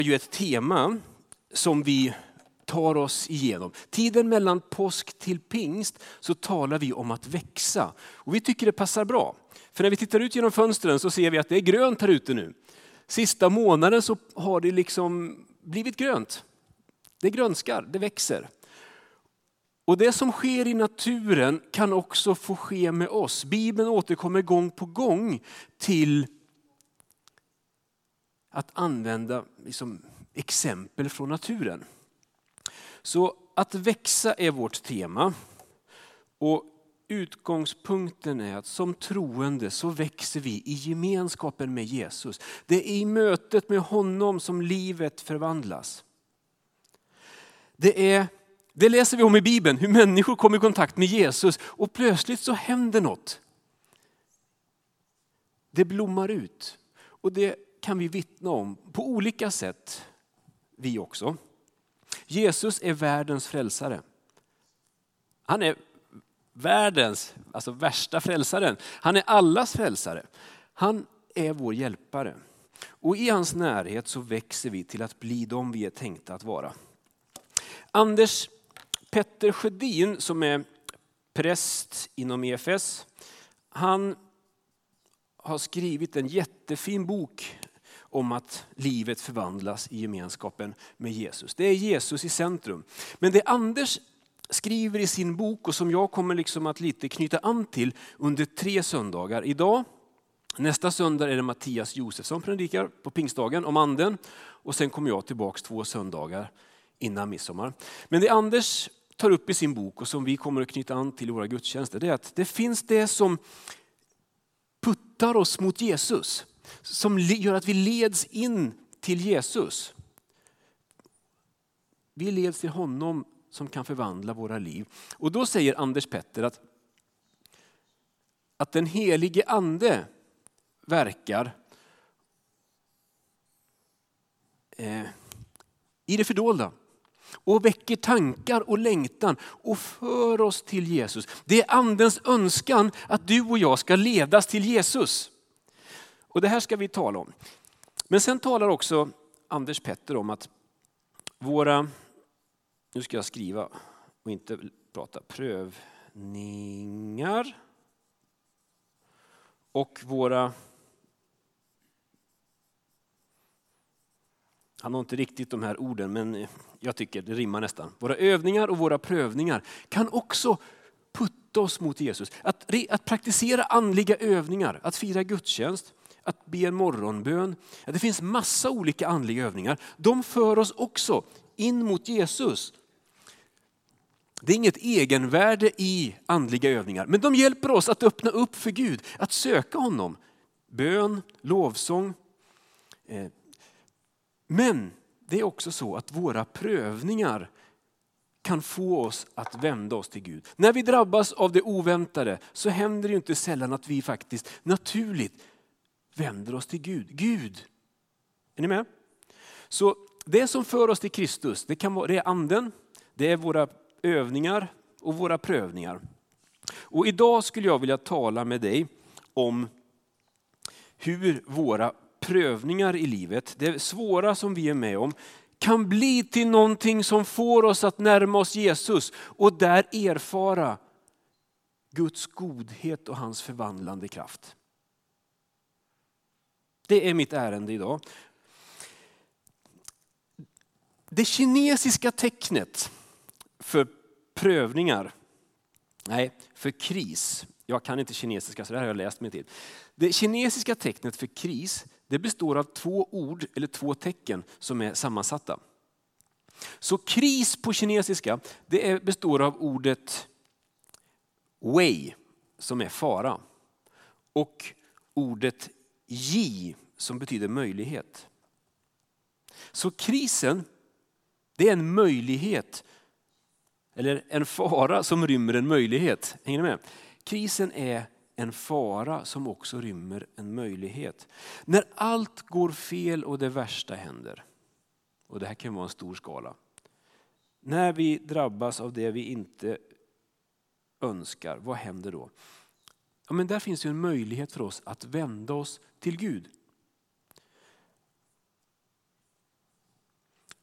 är ju ett tema som vi tar oss igenom. Tiden mellan påsk till pingst så talar vi om att växa. Och vi tycker det passar bra. För när vi tittar ut genom fönstren så ser vi att det är grönt här ute nu. Sista månaden så har det liksom blivit grönt. Det grönskar, det växer. Och det som sker i naturen kan också få ske med oss. Bibeln återkommer gång på gång till att använda liksom exempel från naturen. Så att växa är vårt tema. Och utgångspunkten är att som troende så växer vi i gemenskapen med Jesus. Det är i mötet med honom som livet förvandlas. Det läser vi om i Bibeln, hur människor kommer i kontakt med Jesus och plötsligt så händer något. Det blommar ut och det kan vi vittna om på olika sätt, vi också. Jesus är världens frälsare. Han är världens, alltså värsta frälsaren. Han är allas frälsare. Han är vår hjälpare. Och i hans närhet så växer vi till att bli de vi är tänkta att vara. Anders Petter Sjödin som är präst inom EFS, han har skrivit en jättefin bok om att livet förvandlas i gemenskapen med Jesus. Det är Jesus i centrum. Men det Anders skriver i sin bok och som jag kommer liksom att lite knyta an till under 3 söndagar. Idag, nästa söndag är det Mattias Josefsson predikar på pingstdagen om anden. Och sen kommer jag tillbaka 2 söndagar innan midsommar. Men det Anders tar upp i sin bok och som vi kommer att knyta an till i våra gudstjänster, det är att det finns det som puttar oss mot Jesus. Som gör att vi leds in till Jesus. Vi leds till honom som kan förvandla våra liv. Och då säger Anders Petter att den helige ande verkar i det fördolda. Och väcker tankar och längtan och för oss till Jesus. Det är andens önskan att du och jag ska ledas till Jesus. Och det här ska vi tala om. Men sen talar också Anders Petter om att nu ska jag skriva och inte prata, prövningar och han har inte riktigt de här orden men jag tycker det rimmar nästan. Våra övningar och våra prövningar kan också putta oss mot Jesus. Att praktisera andliga övningar, att fira gudstjänst, att be en morgonbön. Det finns massa olika andliga övningar. De för oss också in mot Jesus. Det är inget egenvärde i andliga övningar. Men de hjälper oss att öppna upp för Gud. Att söka honom. Bön, lovsång. Men det är också så att våra prövningar kan få oss att vända oss till Gud. När vi drabbas av det oväntade så händer det ju inte sällan att vi faktiskt naturligt vänder oss till Gud. Gud, är ni med? Så det som för oss till Kristus, det är anden, det är våra övningar och våra prövningar. Och idag skulle jag vilja tala med dig om hur våra prövningar i livet, det svåra som vi är med om, kan bli till någonting som får oss att närma oss Jesus och där erfara Guds godhet och hans förvandlande kraft. Det är mitt ärende idag. Det kinesiska tecknet för prövningar, för kris. Jag kan inte kinesiska så det här har jag läst mig till. Det kinesiska tecknet för kris, det består av 2 ord eller 2 tecken som är sammansatta. Så kris på kinesiska, det består av ordet wei som är fara och ordet ji som betyder möjlighet. Så krisen, det är en möjlighet eller en fara som rymmer en möjlighet. Hänger ni med? Krisen är en fara som också rymmer en möjlighet. När allt går fel och det värsta händer, och det här kan vara en stor skala. När vi drabbas av det vi inte önskar, vad händer då? Ja, men där finns ju en möjlighet för oss att vända oss till Gud.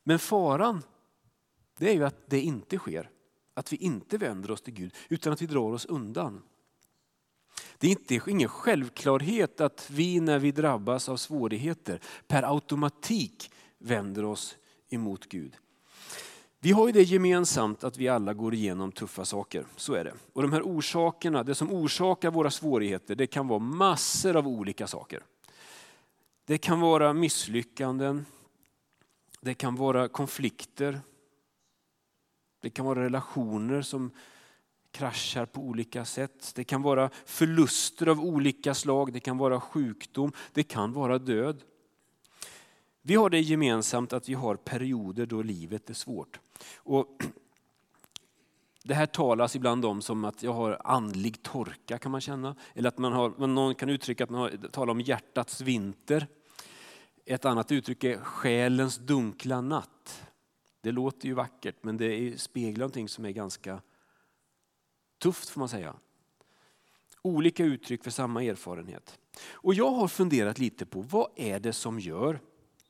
Men faran, det är ju att det inte sker. Att vi inte vänder oss till Gud, utan att vi drar oss undan. Det är ingen självklarhet att vi när vi drabbas av svårigheter per automatik vänder oss emot Gud. Vi har ju det gemensamt att vi alla går igenom tuffa saker, så är det. Och de här orsakerna, det som orsakar våra svårigheter, det kan vara massor av olika saker. Det kan vara misslyckanden, det kan vara konflikter, det kan vara relationer som kraschar på olika sätt. Det kan vara förluster av olika slag, det kan vara sjukdom, det kan vara död. Vi har det gemensamt att vi har perioder då livet är svårt. Och det här talas ibland om som att jag har andlig torka, kan man känna. Eller att någon kan uttrycka att man talar om hjärtats vinter. Ett annat uttryck är själens dunkla natt. Det låter ju vackert, men det speglar någonting som är ganska tufft, får man säga. Olika uttryck för samma erfarenhet. Och jag har funderat lite på vad är det som gör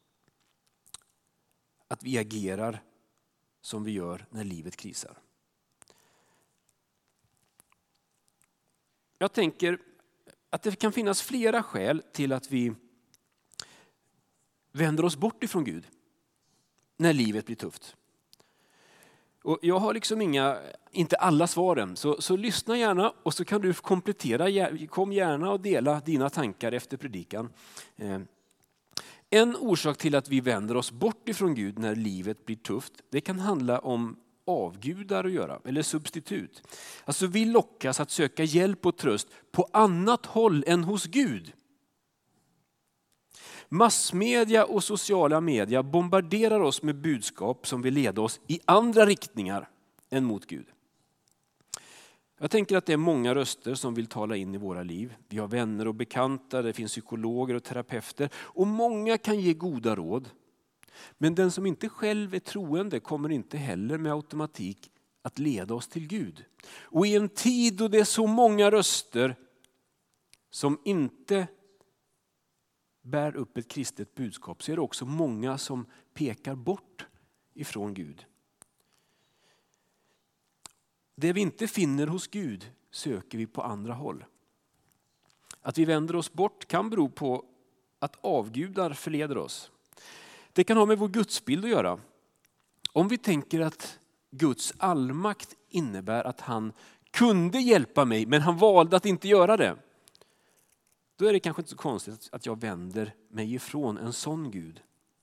att vi agerar som vi gör när livet krisar. Jag tänker att det kan finnas flera skäl till att vi vänder oss bort ifrån Gud när livet blir tufft. Och jag har liksom inte alla svaren, så lyssna gärna och så kan du komplettera. Kom gärna och dela dina tankar efter predikan. En orsak till att vi vänder oss bort ifrån Gud när livet blir tufft, det kan handla om avgudar att göra, eller substitut. Alltså vi lockas att söka hjälp och tröst på annat håll än hos Gud. Massmedia och sociala media bombarderar oss med budskap som vill leda oss i andra riktningar än mot Gud. Jag tänker att det är många röster som vill tala in i våra liv. Vi har vänner och bekanta, det finns psykologer och terapeuter och många kan ge goda råd. Men den som inte själv är troende kommer inte heller med automatik att leda oss till Gud. Och i en tid då det är så många röster som inte bär upp ett kristet budskap, så är det också många som pekar bort ifrån Gud. Det vi inte finner hos Gud söker vi på andra håll. Att vi vänder oss bort kan bero på att avgudar förleder oss. Det kan ha med vår gudsbild att göra. Om vi tänker att Guds allmakt innebär att han kunde hjälpa mig men han valde att inte göra det, då är det kanske inte så konstigt att jag vänder mig ifrån en sån Gud.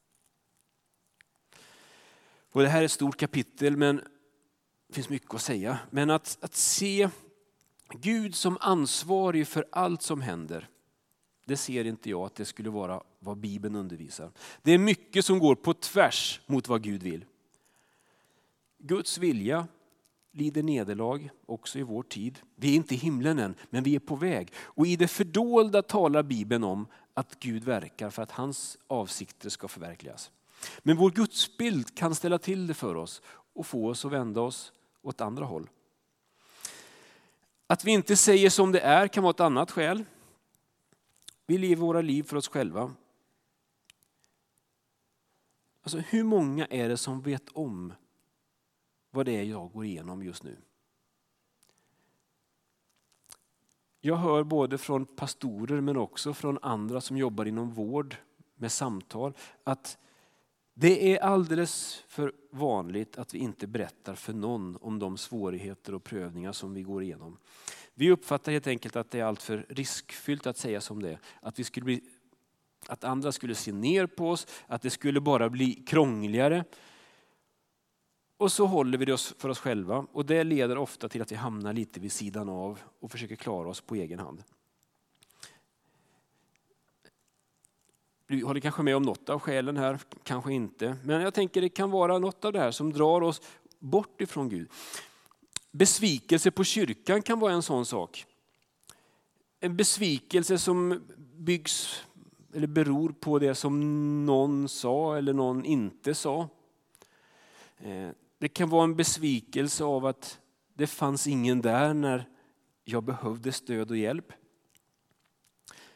Och det här är ett stort kapitel, men det finns mycket att säga. Men att se Gud som ansvarig för allt som händer, det ser inte jag att det skulle vara vad Bibeln undervisar. Det är mycket som går på tvärs mot vad Gud vill. Guds vilja lider nederlag också i vår tid. Vi är inte i himlen än, men vi är på väg. Och i det fördolda talar Bibeln om att Gud verkar för att hans avsikter ska förverkligas. Men vår gudsbild kan ställa till det för oss och få oss att vända oss åt andra håll. Att vi inte säger som det är kan vara ett annat skäl. Vi lever våra liv för oss själva. Alltså, hur många är det som vet om vad det är jag går igenom just nu? Jag hör både från pastorer men också från andra som jobbar inom vård med samtal att det är alldeles för vanligt att vi inte berättar för någon om de svårigheter och prövningar som vi går igenom. Vi uppfattar helt enkelt att det är allt för riskfyllt att säga som det är. Att andra skulle se ner på oss, att det skulle bara bli krångligare. Och så håller vi det för oss själva och det leder ofta till att vi hamnar lite vid sidan av och försöker klara oss på egen hand. Du håller kanske med om något av skälen här, kanske inte. Men jag tänker det kan vara något av det här som drar oss bort ifrån Gud. Besvikelse på kyrkan kan vara en sån sak. En besvikelse som byggs eller beror på det som någon sa eller någon inte sa. Det kan vara en besvikelse av att det fanns ingen där när jag behövde stöd och hjälp.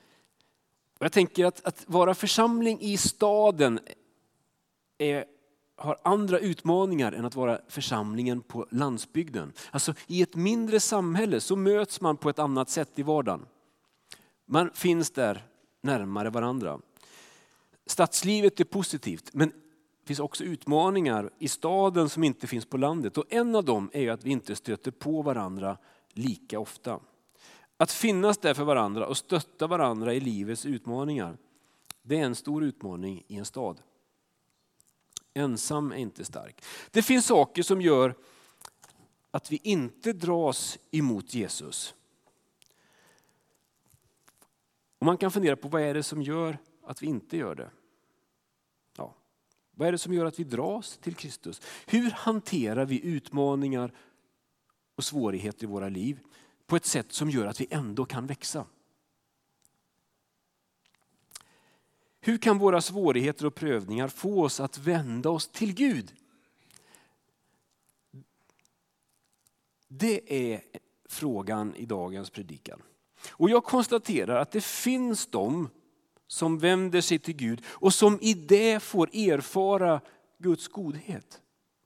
Och jag tänker att vara församling i staden har andra utmaningar än att vara församlingen på landsbygden. Alltså i ett mindre samhälle så möts man på ett annat sätt i vardagen. Man finns där närmare varandra. Stadslivet är positivt, men det finns också utmaningar i staden som inte finns på landet. Och en av dem är att vi inte stöter på varandra lika ofta. Att finnas där för varandra och stötta varandra i livets utmaningar, det är en stor utmaning i en stad. Ensam är inte stark. Det finns saker som gör att vi inte dras emot Jesus. Och man kan fundera på vad är det som gör att vi inte gör det? Ja. Vad är det som gör att vi dras till Kristus? Hur hanterar vi utmaningar och svårigheter i våra liv på ett sätt som gör att vi ändå kan växa? Hur kan våra svårigheter och prövningar få oss att vända oss till Gud? Det är frågan i dagens predikan. Och jag konstaterar att det finns de som vänder sig till Gud och som i det får erfara Guds godhet.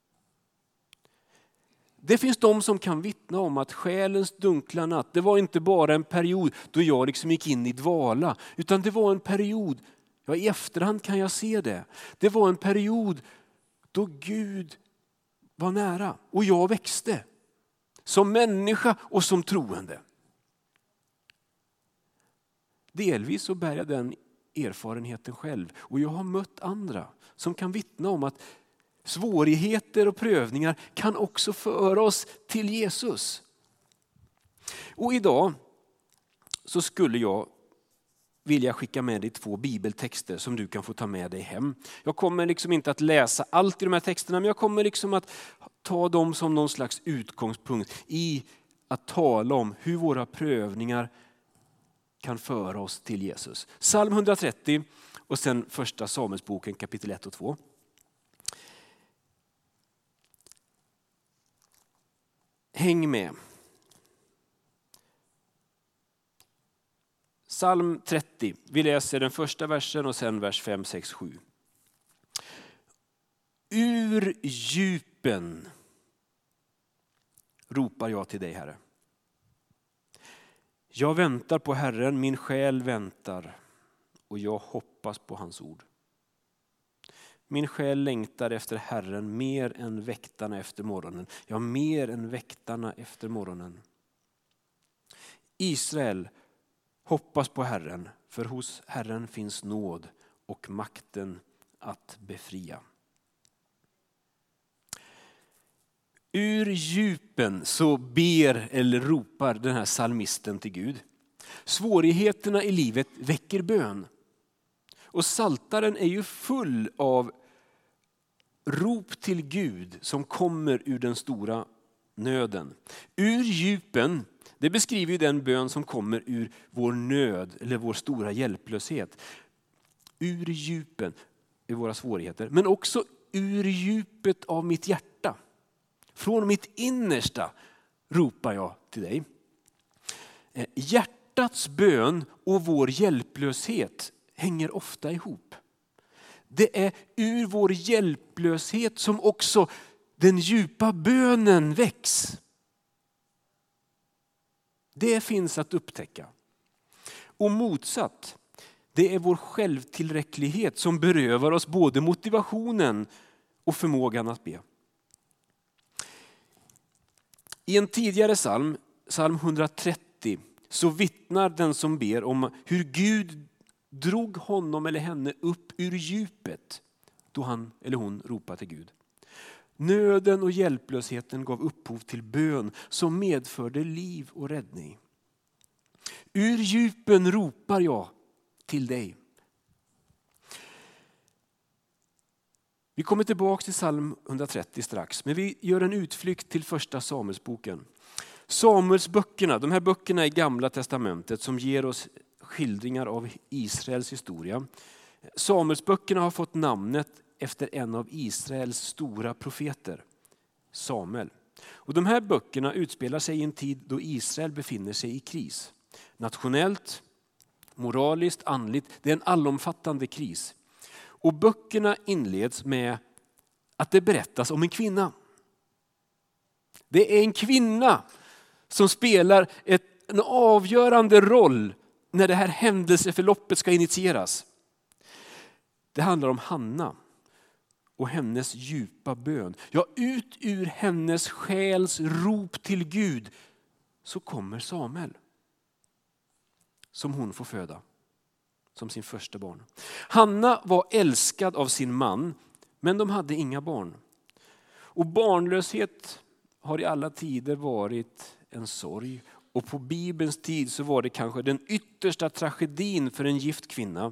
Det finns de som kan vittna om att själens dunkla natt, det var inte bara en period då jag liksom gick in i dvala, utan det var en period, ja, i efterhand kan jag se det. Det var en period då Gud var nära och jag växte som människa och som troende. Delvis så bär jag den erfarenheten själv och jag har mött andra som kan vittna om att svårigheter och prövningar kan också föra oss till Jesus. Och idag så skulle jag vilja skicka med dig 2 bibeltexter som du kan få ta med dig hem. Jag kommer liksom inte att läsa allt i de här texterna, men jag kommer liksom att ta dem som någon slags utgångspunkt i att tala om hur våra prövningar kan föra oss till Jesus. Psalm 130 och sen första Samuelsboken kapitel 1 och 2. Häng med. Psalm 30. Vi läser den första versen och sen vers 5, 6, 7. Ur djupen ropar jag till dig, Herre. Jag väntar på Herren, min själ väntar och jag hoppas på hans ord. Min själ längtar efter Herren mer än väktarna efter morgonen. Ja, mer än väktarna efter morgonen. Israel, hoppas på Herren, för hos Herren finns nåd och makten att befria. Ur djupen så ber eller ropar den här psalmisten till Gud. Svårigheterna i livet väcker bön. Och Psaltaren är ju full av rop till Gud som kommer ur den stora nöden. Ur djupen, det beskriver ju den bön som kommer ur vår nöd eller vår stora hjälplöshet. Ur djupen är våra svårigheter, men också ur djupet av mitt hjärta. Från mitt innersta ropar jag till dig. Hjärtats bön och vår hjälplöshet hänger ofta ihop. Det är ur vår hjälplöshet som också den djupa bönen väcks. Det finns att upptäcka. Och motsatt, det är vår självtillräcklighet som berövar oss både motivationen och förmågan att be. I en tidigare psalm, psalm 130, så vittnar den som ber om hur Gud drog honom eller henne upp ur djupet då han eller hon ropade till Gud. Nöden och hjälplösheten gav upphov till bön som medförde liv och räddning. Ur djupen ropar jag till dig. Vi kommer tillbaka till psalm 130 strax, men vi gör en utflykt till första Samuelsboken. Samuelsböckerna, de här böckerna i Gamla testamentet som ger oss skildringar av Israels historia. Samuelsböckerna har fått namnet efter en av Israels stora profeter, Samuel. Och de här böckerna utspelar sig i en tid då Israel befinner sig i kris. Nationellt, moraliskt, andligt. Det är en allomfattande kris. Och böckerna inleds med att det berättas om en kvinna. Det är en kvinna som spelar en avgörande roll när det här händelseförloppet ska initieras. Det handlar om Hanna och hennes djupa bön. Ja, ut ur hennes själs rop till Gud så kommer Samuel, som hon får föda som sin första barn. Hanna var älskad av sin man, men de hade inga barn. Och barnlöshet har i alla tider varit en sorg. Och på Bibelns tid så var det kanske den yttersta tragedin för en gift kvinna.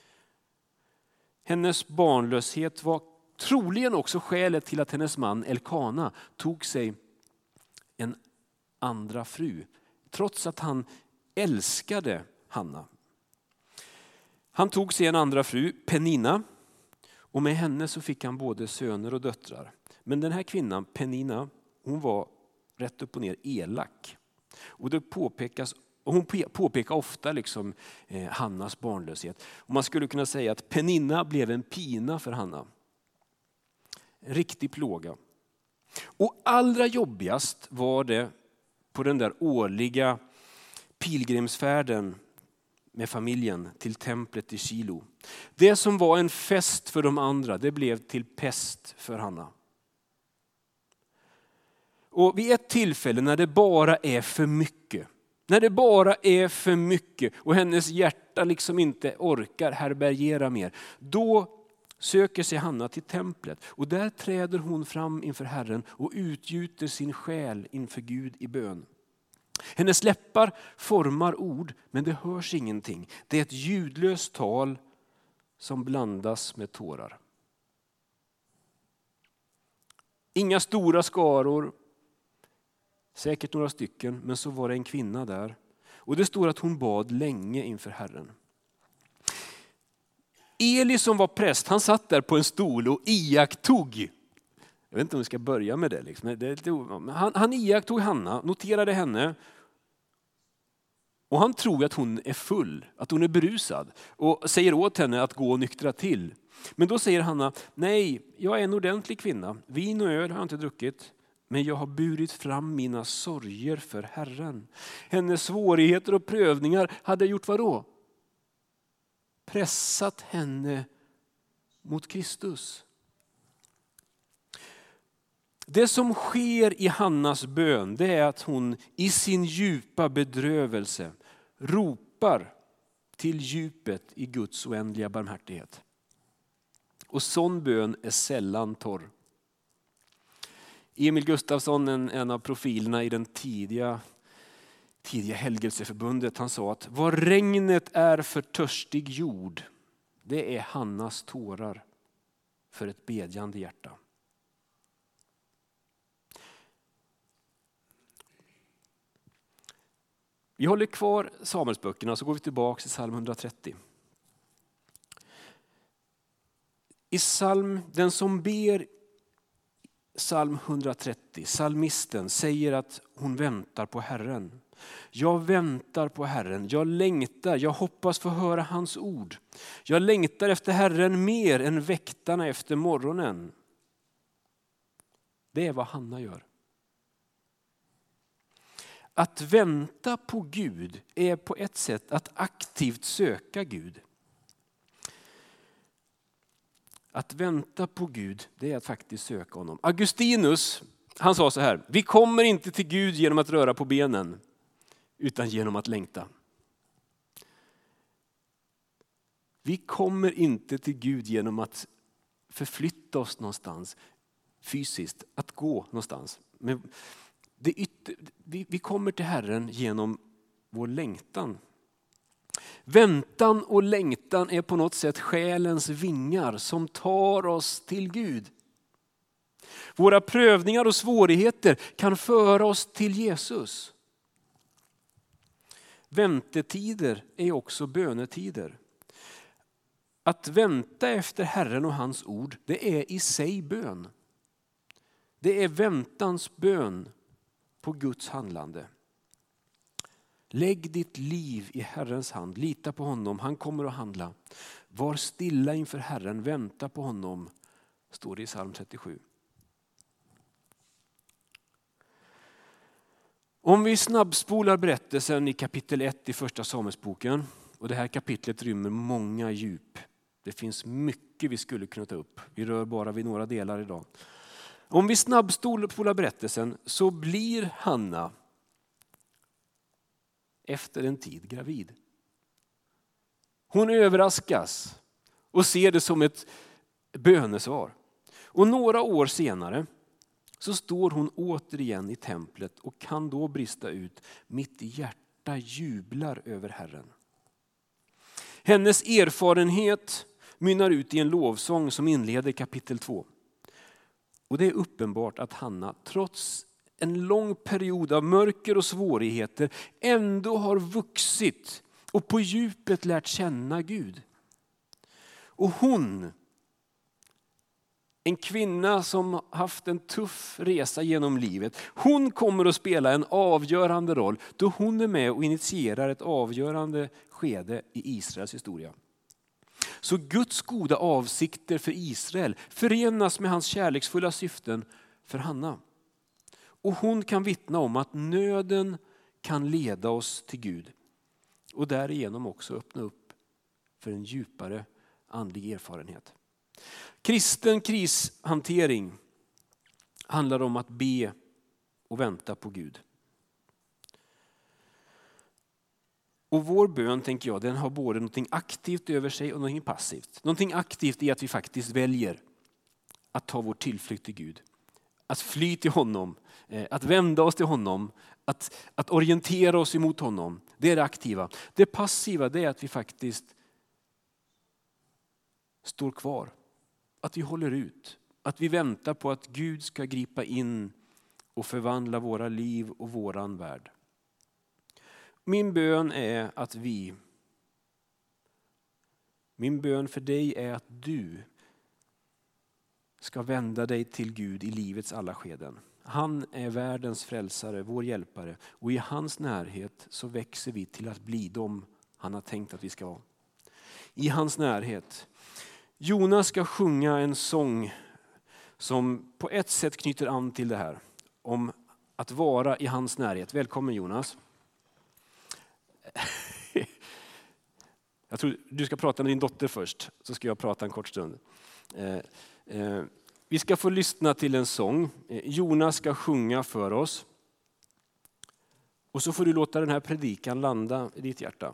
Hennes barnlöshet var troligen också skälet till att hennes man Elkana tog sig en andra fru. Trots att han älskade Hanna. Han tog sig en andra fru, Penina. Och med henne så fick han både söner och döttrar. Men den här kvinnan, Penina, hon var rätt upp och ner elak. Och det påpekas, och hon påpekar ofta liksom, Hannas barnlöshet. Och man skulle kunna säga att Penina blev en pina för Hanna. En riktig plåga. Och allra jobbigast var det på den där årliga pilgrimsfärden med familjen till templet i Shilo. Det som var en fest för de andra, det blev till pest för Hanna. Och vid ett tillfälle när det bara är för mycket, när det bara är för mycket och hennes hjärta liksom inte orkar härbärgera mer, då söker sig Hanna till templet och där träder hon fram inför Herren och utgjuter sin själ inför Gud i bön. Hennes läppar formar ord, men det hörs ingenting. Det är ett ljudlöst tal som blandas med tårar. Inga stora skaror, säkert några stycken, men så var det en kvinna där. Och det står att hon bad länge inför Herren. Eli som var präst, han satt där på en stol och iakttog. Jag vet inte om vi ska börja med det. Liksom. Han iakttog Hanna, noterade henne. Och han tror att hon är full, att hon är berusad. Och säger åt henne att gå och nyktra till. Men då säger Hanna, nej, jag är en ordentlig kvinna. Vin och öl har jag inte druckit. Men jag har burit fram mina sorger för Herren. Hennes svårigheter och prövningar hade gjort vad då? Pressat henne mot Kristus. Det som sker i Hannas bön, det är att hon i sin djupa bedrövelse ropar till djupet i Guds oändliga barmhärtighet. Och sån bön är sällan torr. Emil Gustafsson, en av profilerna i den tidiga helgelseförbundet, han sa att vad regnet är för törstig jord, det är Hannas tårar för ett bedjande hjärta. Vi håller kvar Samuelsböckerna så går vi tillbaka till psalm 130. I den som ber psalm 130, psalmisten säger att hon väntar på Herren. Jag väntar på Herren, jag längtar, jag hoppas få höra hans ord. Jag längtar efter Herren mer än väktarna efter morgonen. Det är vad Hanna gör. Att vänta på Gud är på ett sätt att aktivt söka Gud. Att vänta på Gud, det är att faktiskt söka honom. Augustinus, han sa så här: vi kommer inte till Gud genom att röra på benen, utan genom att längta. Vi kommer inte till Gud genom att förflytta oss någonstans fysiskt, att gå någonstans. Men vi kommer till Herren genom vår längtan. Väntan och längtan är på något sätt själens vingar som tar oss till Gud. Våra prövningar och svårigheter kan föra oss till Jesus. Väntetider är också bönetider. Att vänta efter Herren och hans ord, det är i sig bön. Det är väntans bön på Guds handlande. Lägg ditt liv i Herrens hand, lita på honom, han kommer att handla. Var stilla inför Herren, vänta på honom står det i psalm 37. Om vi snabbspolar berättelsen i kapitel 1 i första Samuelsboken, och det här kapitlet rymmer många djup. Det finns mycket vi skulle kunna ta upp. Vi rör bara vid några delar idag. Om vi snabbspolar berättelsen så blir Hanna efter en tid gravid. Hon överraskas och ser det som ett bönesvar. Och några år senare så står hon återigen i templet och kan då brista ut: mitt hjärta jublar över Herren. Hennes erfarenhet mynnar ut i en lovsång som inleder kapitel 2. Och det är uppenbart att Hanna, trots en lång period av mörker och svårigheter, ändå har vuxit och på djupet lärt känna Gud. Och hon, en kvinna som haft en tuff resa genom livet, hon kommer att spela en avgörande roll då hon är med och initierar ett avgörande skede i Israels historia. Så Guds goda avsikter för Israel förenas med hans kärleksfulla syften för Hanna. Och hon kan vittna om att nöden kan leda oss till Gud och därigenom också öppna upp för en djupare andlig erfarenhet. Kristen krishantering handlar om att be och vänta på Gud. Och vår bön, tänker jag, den har både något aktivt över sig och något passivt. Någonting aktivt är att vi faktiskt väljer att ta vår tillflykt till Gud. Att fly till honom, att vända oss till honom, att orientera oss emot honom. Det är det aktiva. Det passiva, det är att vi faktiskt står kvar. Att vi håller ut. Att vi väntar på att Gud ska gripa in och förvandla våra liv och våran värld. Min bön för dig är att du ska vända dig till Gud i livets alla skeden. Han är världens frälsare, vår hjälpare. Och i hans närhet så växer vi till att bli dem han har tänkt att vi ska vara. I hans närhet. Jonas ska sjunga en sång som på ett sätt knyter an till det här. Om att vara i hans närhet. Välkommen Jonas. Jag tror du ska prata med din dotter först, så ska jag prata en kort stund. Vi ska få lyssna till en sång. Jonas ska sjunga för oss. Och så får du låta den här predikan landa i ditt hjärta.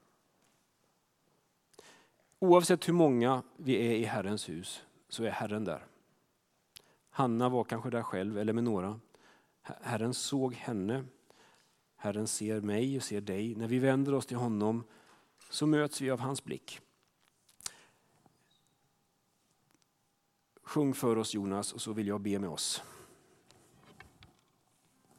Oavsett hur många vi är i Herrens hus så är Herren där. Hanna var kanske där själv eller med några. Herren såg henne. Herren ser mig och ser dig. När vi vänder oss till honom så möts vi av hans blick. Sjung för oss Jonas och så vill jag be med oss.